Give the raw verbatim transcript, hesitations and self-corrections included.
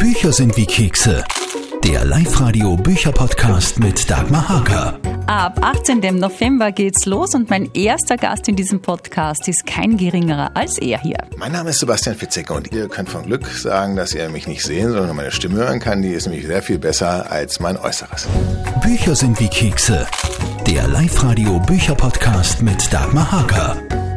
Bücher sind wie Kekse. Der Live-Radio-Bücher-Podcast mit Dagmar Hager. Ab achtzehnten November geht's los und mein erster Gast in diesem Podcast ist kein geringerer als er hier. Mein Name ist Sebastian Fitzek und ihr könnt von Glück sagen, dass ihr mich nicht sehen, sondern meine Stimme hören kann. Die ist nämlich sehr viel besser als mein Äußeres. Bücher sind wie Kekse. Der Live-Radio-Bücher-Podcast mit Dagmar Hager.